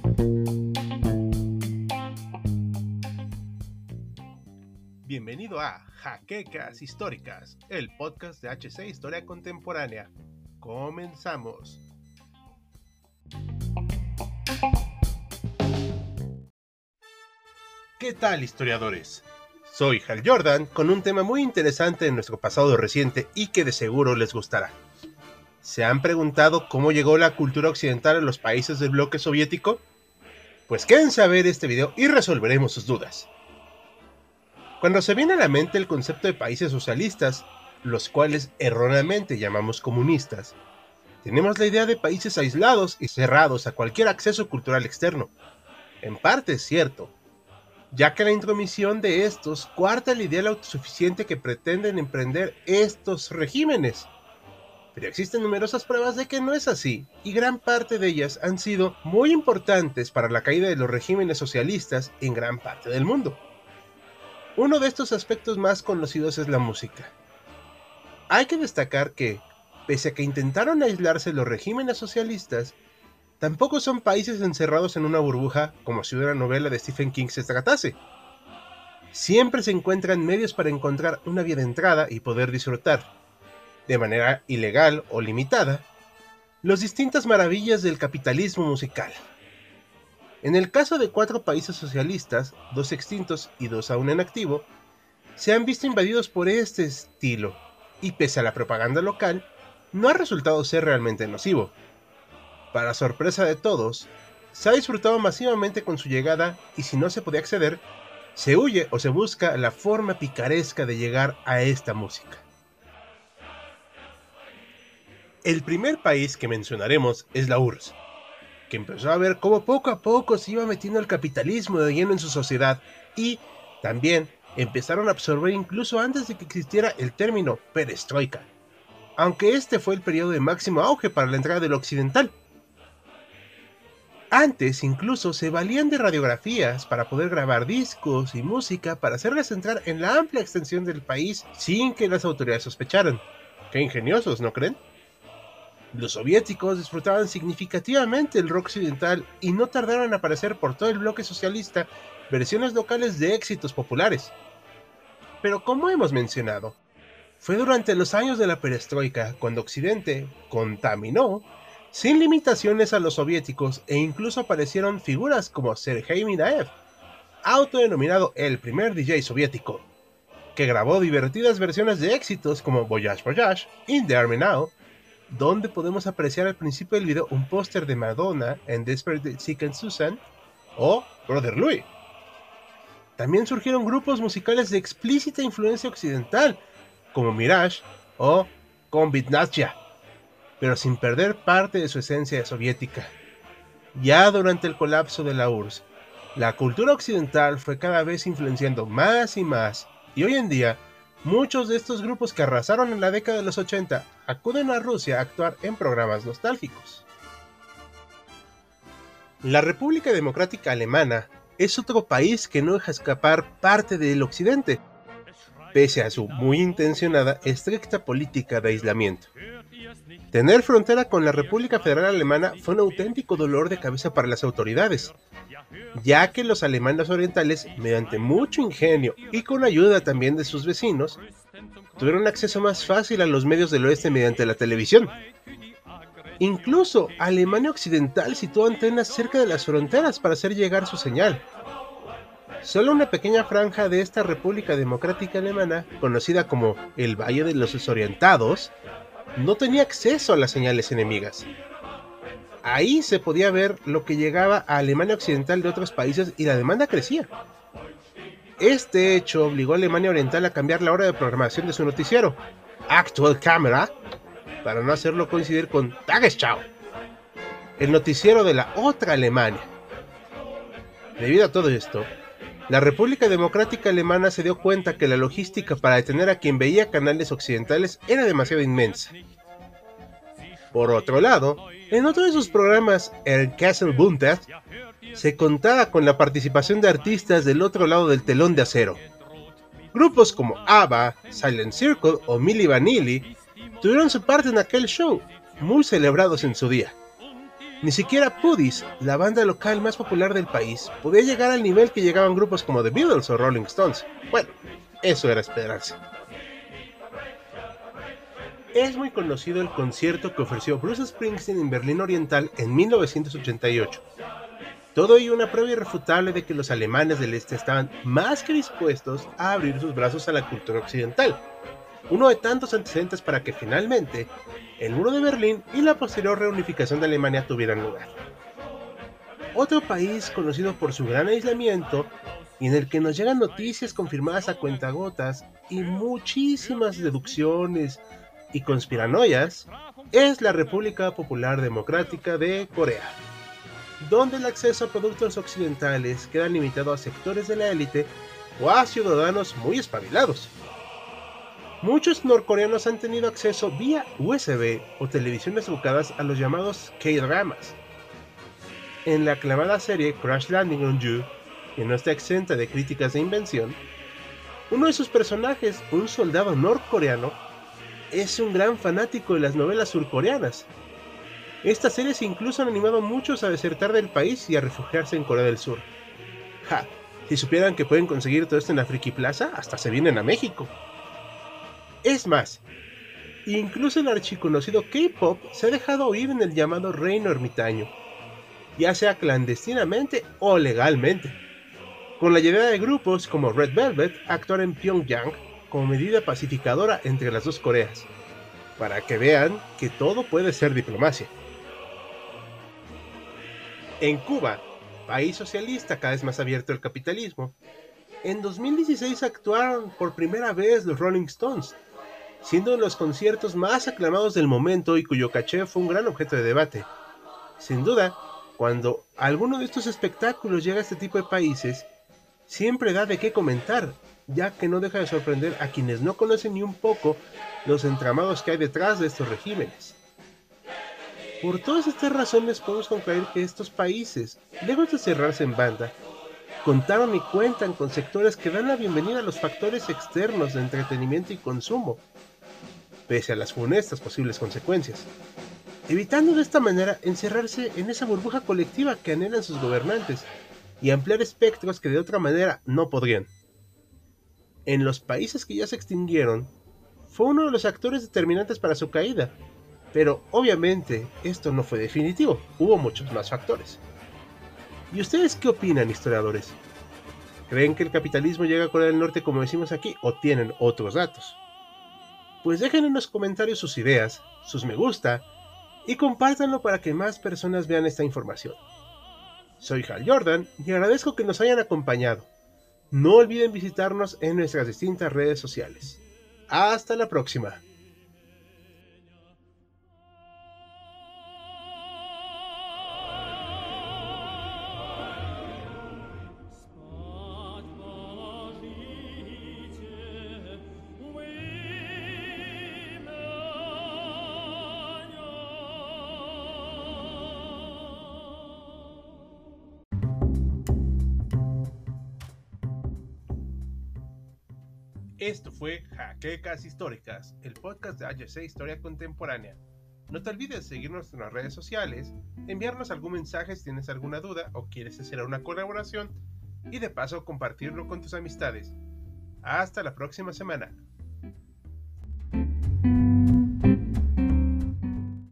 Bienvenido a Jaquecas Históricas, el podcast de HC Historia Contemporánea. Comenzamos. ¿Qué tal, historiadores? Soy Hal Jordan con un tema muy interesante en nuestro pasado reciente y que de seguro les gustará. ¿Se han preguntado cómo llegó la cultura occidental a los países del bloque soviético? Pues quédense a ver este video y resolveremos sus dudas. Cuando se viene a la mente el concepto de países socialistas, los cuales erróneamente llamamos comunistas, tenemos la idea de países aislados y cerrados a cualquier acceso cultural externo. En parte es cierto, ya que la intromisión de estos coarta el ideal autosuficiente que pretenden emprender estos regímenes. Pero existen numerosas pruebas de que no es así, y gran parte de ellas han sido muy importantes para la caída de los regímenes socialistas en gran parte del mundo. Uno de estos aspectos más conocidos es la música. Hay que destacar que, pese a que intentaron aislarse los regímenes socialistas, tampoco son países encerrados en una burbuja como si una novela de Stephen King se tratase. Siempre se encuentran medios para encontrar una vía de entrada y poder disfrutar, de manera ilegal o limitada, las distintas maravillas del capitalismo musical. En el caso de 4 países socialistas, 2 extintos y 2 aún en activo, se han visto invadidos por este estilo, y pese a la propaganda local, no ha resultado ser realmente nocivo. Para sorpresa de todos, se ha disfrutado masivamente con su llegada y si no se podía acceder, se huye o se busca la forma picaresca de llegar a esta música. El primer país que mencionaremos es la URSS, que empezó a ver cómo poco a poco se iba metiendo el capitalismo de lleno en su sociedad y también empezaron a absorber incluso antes de que existiera el término perestroika, aunque este fue el periodo de máximo auge para la entrada del occidental. Antes incluso se valían de radiografías para poder grabar discos y música para hacerlas entrar en la amplia extensión del país sin que las autoridades sospecharan. ¡Qué ingeniosos!, ¿no creen? Los soviéticos disfrutaban significativamente el rock occidental y no tardaron en aparecer por todo el bloque socialista versiones locales de éxitos populares. Pero como hemos mencionado, fue durante los años de la perestroika cuando Occidente contaminó sin limitaciones a los soviéticos e incluso aparecieron figuras como Sergei Minaev, autodenominado el primer DJ soviético, que grabó divertidas versiones de éxitos como Voyage Voyage, In the Army Now, donde podemos apreciar al principio del video un póster de Madonna en Desperate Second Susan o Brother Louie. También surgieron grupos musicales de explícita influencia occidental, como Mirage o Kombinatsia, pero sin perder parte de su esencia soviética. Ya durante el colapso de la URSS, la cultura occidental fue cada vez influenciando más y más, y hoy en día, muchos de estos grupos que arrasaron en la década de los 80 acuden a Rusia a actuar en programas nostálgicos. La República Democrática Alemana es otro país que no deja escapar parte del occidente, pese a su muy intencionada estricta política de aislamiento. Tener frontera con la República Federal Alemana fue un auténtico dolor de cabeza para las autoridades, ya que los alemanes orientales, mediante mucho ingenio y con ayuda también de sus vecinos, tuvieron acceso más fácil a los medios del oeste mediante la televisión. Incluso Alemania Occidental situó antenas cerca de las fronteras para hacer llegar su señal. Solo una pequeña franja de esta República Democrática Alemana, conocida como el Valle de los Desorientados, no tenía acceso a las señales enemigas. Ahí se podía ver lo que llegaba a Alemania Occidental de otros países y la demanda crecía. Este hecho obligó a Alemania Oriental a cambiar la hora de programación de su noticiero, Actual Camera, para no hacerlo coincidir con Tagesschau, el noticiero de la otra Alemania. Debido a todo esto, la República Democrática Alemana se dio cuenta que la logística para detener a quien veía canales occidentales era demasiado inmensa. Por otro lado, en otro de sus programas, el Kasselbunter, se contaba con la participación de artistas del otro lado del telón de acero. Grupos como ABBA, Silent Circle o Milli Vanilli tuvieron su parte en aquel show, muy celebrados en su día. Ni siquiera Pudis, la banda local más popular del país, podía llegar al nivel que llegaban grupos como The Beatles o Rolling Stones. Bueno, eso era esperarse. Es muy conocido el concierto que ofreció Bruce Springsteen en Berlín Oriental en 1988. Todo ello una prueba irrefutable de que los alemanes del este estaban más que dispuestos a abrir sus brazos a la cultura occidental, uno de tantos antecedentes para que finalmente el muro de Berlín y la posterior reunificación de Alemania tuvieran lugar. Otro país conocido por su gran aislamiento y en el que nos llegan noticias confirmadas a cuentagotas y muchísimas deducciones y conspiranoias es la República Popular Democrática de Corea, donde el acceso a productos occidentales queda limitado a sectores de la élite o a ciudadanos muy espabilados. Muchos norcoreanos han tenido acceso vía USB o televisiones educadas a los llamados K-dramas. En la aclamada serie Crash Landing on You, que no está exenta de críticas de invención, uno de sus personajes, un soldado norcoreano, es un gran fanático de las novelas surcoreanas. Estas series incluso han animado a muchos a desertar del país y a refugiarse en Corea del Sur. ¡Ja! Si supieran que pueden conseguir todo esto en la Friki Plaza, hasta se vienen a México. Es más, incluso el archiconocido K-pop se ha dejado oír en el llamado reino ermitaño, ya sea clandestinamente o legalmente, con la llegada de grupos como Red Velvet a actuar en Pyongyang como medida pacificadora entre las dos Coreas, para que vean que todo puede ser diplomacia. En Cuba, país socialista cada vez más abierto al capitalismo, en 2016 actuaron por primera vez los Rolling Stones, siendo uno de los conciertos más aclamados del momento y cuyo caché fue un gran objeto de debate. Sin duda, cuando alguno de estos espectáculos llega a este tipo de países, siempre da de qué comentar, ya que no deja de sorprender a quienes no conocen ni un poco los entramados que hay detrás de estos regímenes. Por todas estas razones podemos concluir que estos países, lejos de cerrarse en banda, contaron y cuentan con sectores que dan la bienvenida a los factores externos de entretenimiento y consumo, pese a las funestas posibles consecuencias, evitando de esta manera encerrarse en esa burbuja colectiva que anhelan sus gobernantes y ampliar espectros que de otra manera no podrían. En los países que ya se extinguieron, fue uno de los actores determinantes para su caída, pero obviamente esto no fue definitivo, hubo muchos más factores. ¿Y ustedes qué opinan, historiadores? ¿Creen que el capitalismo llega a Corea del Norte como decimos aquí o tienen otros datos? Pues dejen en los comentarios sus ideas, sus me gusta y compártanlo para que más personas vean esta información. Soy Hal Jordan y agradezco que nos hayan acompañado. No olviden visitarnos en nuestras distintas redes sociales. Hasta la próxima. Esto fue Jaquecas Históricas, el podcast de HC Historia Contemporánea. No te olvides seguirnos en las redes sociales, enviarnos algún mensaje si tienes alguna duda o quieres hacer una colaboración y de paso compartirlo con tus amistades. Hasta la próxima semana.